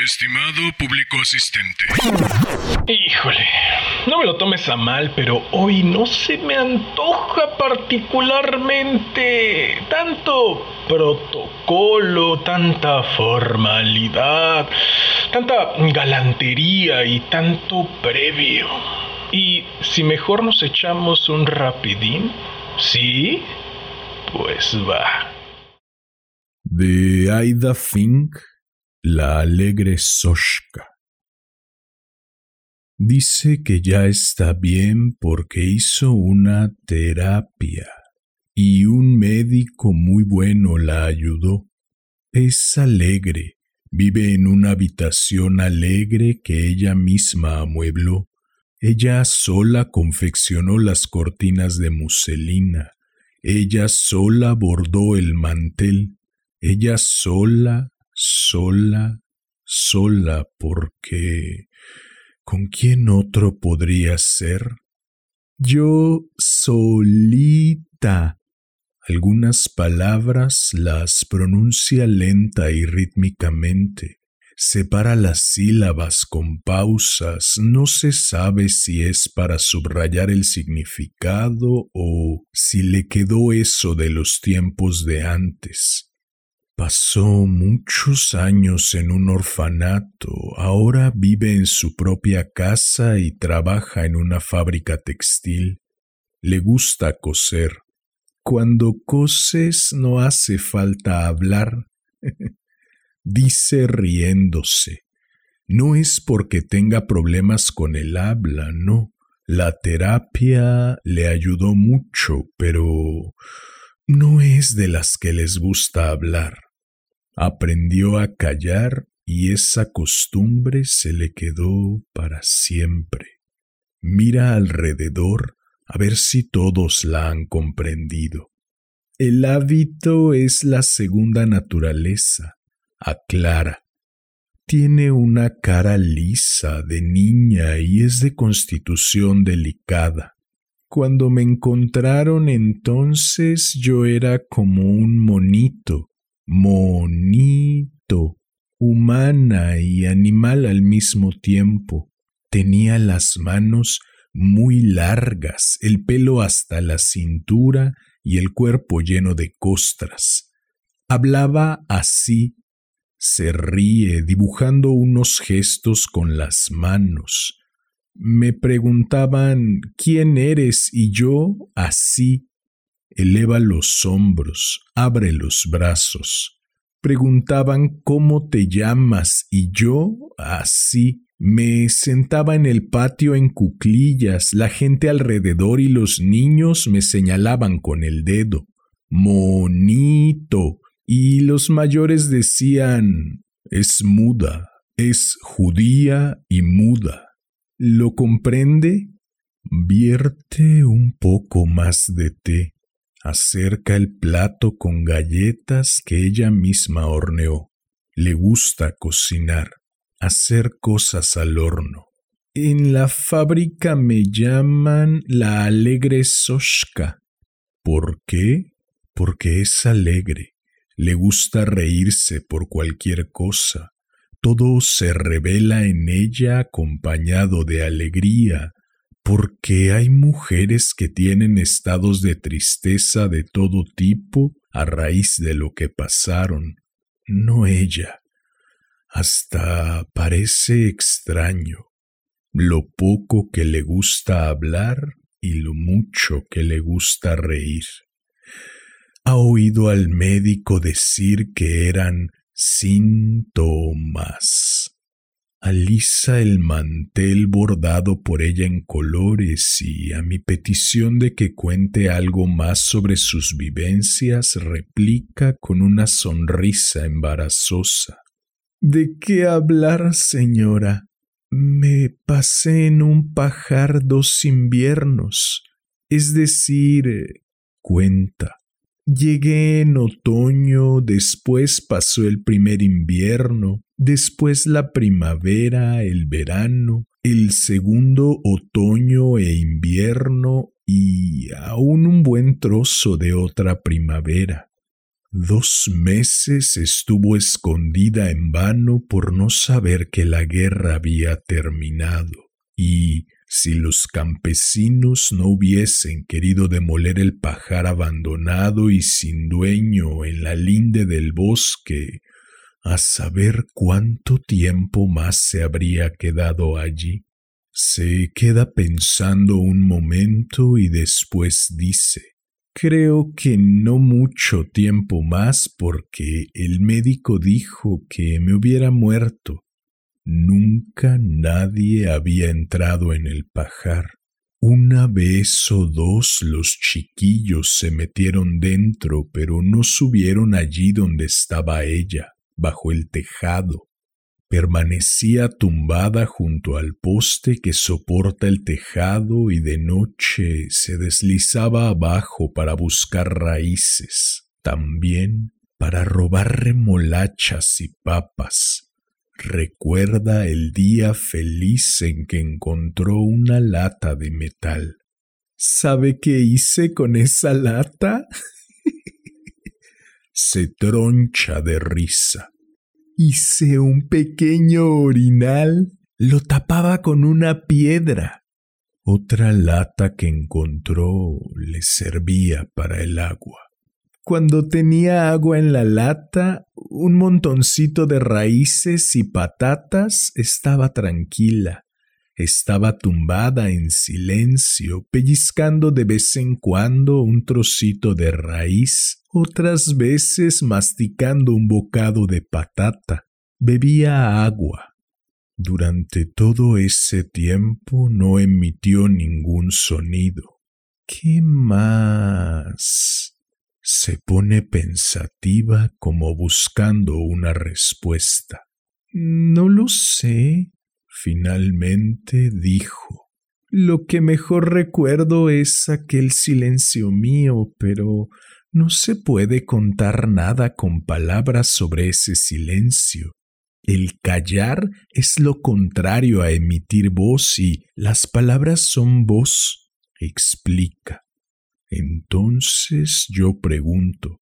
Estimado público asistente. Híjole, no me lo tomes a mal, pero hoy no se me antoja particularmente tanto protocolo, tanta formalidad, tanta galantería y tanto previo. ¿Y si mejor nos echamos un rapidín? ¿Sí? Pues va. De Aida Fink, la alegre Zoshka. Dice que ya está bien porque hizo una terapia y un médico muy bueno la ayudó. Es alegre, vive en una habitación alegre que ella misma amuebló. Ella sola confeccionó las cortinas de muselina. Ella sola bordó el mantel. Ella sola, porque ¿con quién otro podría ser? Yo solita. Algunas palabras las pronuncia lenta y rítmicamente. Separa las sílabas con pausas. No se sabe si es para subrayar el significado o si le quedó eso de los tiempos de antes. Pasó muchos años en un orfanato, ahora vive en su propia casa y trabaja en una fábrica textil. Le gusta coser. Cuando coses no hace falta hablar, dice riéndose. No es porque tenga problemas con el habla, no. La terapia le ayudó mucho, pero no es de las que les gusta hablar. Aprendió a callar y esa costumbre se le quedó para siempre. Mira alrededor a ver si todos la han comprendido. El hábito es la segunda naturaleza, aclara. Tiene una cara lisa de niña y es de constitución delicada. Cuando me encontraron entonces yo era como un monito, humana y animal al mismo tiempo. Tenía las manos muy largas, el pelo hasta la cintura y el cuerpo lleno de costras. Hablaba así, se ríe dibujando unos gestos con las manos. Me preguntaban ¿quién eres? Y yo así. Eleva los hombros, abre los brazos. Preguntaban ¿cómo te llamas? Y yo así. Me sentaba en el patio en cuclillas, la gente alrededor y los niños me señalaban con el dedo. Monito. Y los mayores decían, es muda, es judía y muda. ¿Lo comprende? Vierte un poco más de té. Acerca el plato con galletas que ella misma horneó. Le gusta cocinar, hacer cosas al horno. En la fábrica me llaman la alegre Zoshka. ¿Por qué? Porque es alegre. Le gusta reírse por cualquier cosa. Todo se revela en ella acompañado de alegría, porque hay mujeres que tienen estados de tristeza de todo tipo a raíz de lo que pasaron. No ella. Hasta parece extraño lo poco que le gusta hablar y lo mucho que le gusta reír. Ha oído al médico decir que eran síntomas. Alisa el mantel bordado por ella en colores y a mi petición de que cuente algo más sobre sus vivencias replica con una sonrisa embarazosa. ¿De qué hablar, señora? Me pasé en un pajar 2 inviernos, es decir, cuenta. Llegué en otoño, después pasó el primer invierno, después la primavera, el verano, el segundo otoño e invierno y aún un buen trozo de otra primavera. 2 meses estuvo escondida en vano por no saber que la guerra había terminado, y si los campesinos no hubiesen querido demoler el pajar abandonado y sin dueño en la linde del bosque, a saber cuánto tiempo más se habría quedado allí. Se queda pensando un momento y después dice: creo que no mucho tiempo más, porque el médico dijo que me hubiera muerto. Nunca nadie había entrado en el pajar. Una vez o dos los chiquillos se metieron dentro, pero no subieron allí donde estaba ella, bajo el tejado. Permanecía tumbada junto al poste que soporta el tejado y de noche se deslizaba abajo para buscar raíces, también para robar remolachas y papas. Recuerda el día feliz en que encontró una lata de metal. ¿Sabe qué hice con esa lata? Se troncha de risa. Hice un pequeño orinal, lo tapaba con una piedra. Otra lata que encontró le servía para el agua. Cuando tenía agua en la lata, un montoncito de raíces y patatas, estaba tranquila. Estaba tumbada en silencio, pellizcando de vez en cuando un trocito de raíz, otras veces masticando un bocado de patata. Bebía agua. Durante todo ese tiempo no emitió ningún sonido. ¿Qué más? Se pone pensativa como buscando una respuesta. No lo sé. Finalmente dijo: lo que mejor recuerdo es aquel silencio mío, pero no se puede contar nada con palabras sobre ese silencio. El callar es lo contrario a emitir voz y las palabras son voz, explica. Entonces yo pregunto: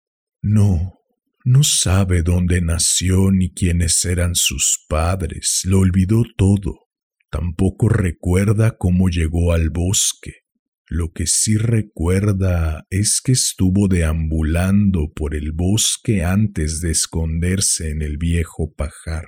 no sabe dónde nació ni quiénes eran sus padres, lo olvidó todo. Tampoco recuerda cómo llegó al bosque. Lo que sí recuerda es que estuvo deambulando por el bosque antes de esconderse en el viejo pajar.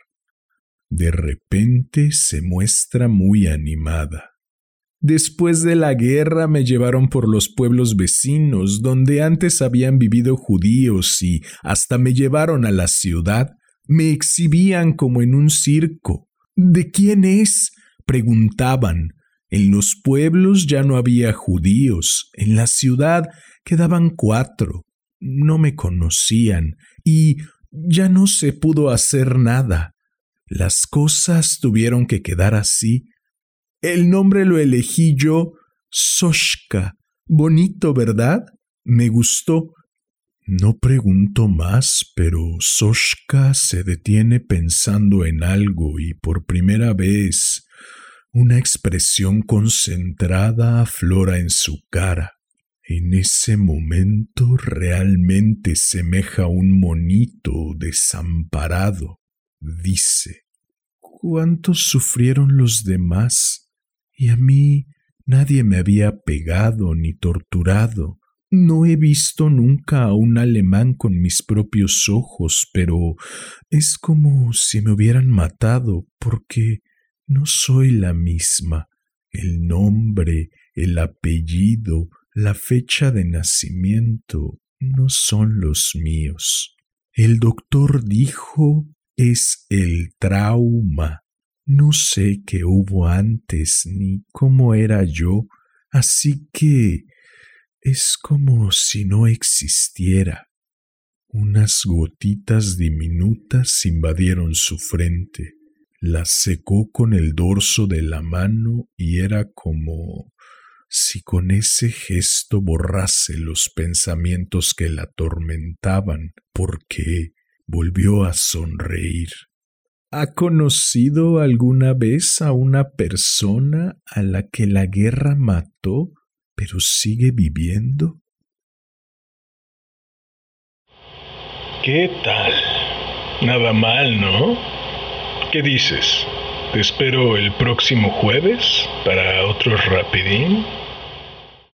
De repente se muestra muy animada. Después de la guerra me llevaron por los pueblos vecinos, donde antes habían vivido judíos, y hasta me llevaron a la ciudad. Me exhibían como en un circo. ¿De quién es?, preguntaban. En los pueblos ya no había judíos. En la ciudad quedaban 4. No me conocían y ya no se pudo hacer nada. Las cosas tuvieron que quedar así. El nombre lo elegí yo, Zoshka. Bonito, ¿verdad? Me gustó. No pregunto más, pero Zoshka se detiene pensando en algo y por primera vez una expresión concentrada aflora en su cara. En ese momento realmente semeja a un monito desamparado. Dice: ¿cuántos sufrieron los demás? Y a mí nadie me había pegado ni torturado. No he visto nunca a un alemán con mis propios ojos, pero es como si me hubieran matado, porque no soy la misma. El nombre, el apellido, la fecha de nacimiento no son los míos. El doctor dijo: es el trauma. No sé qué hubo antes ni cómo era yo, así que es como si no existiera. Unas gotitas diminutas invadieron su frente. Las secó con el dorso de la mano y era como si con ese gesto borrase los pensamientos que la atormentaban, porque volvió a sonreír. ¿Ha conocido alguna vez a una persona a la que la guerra mató, pero sigue viviendo? ¿Qué tal? Nada mal, ¿no? ¿Qué dices? ¿Te espero el próximo jueves para otro rapidín?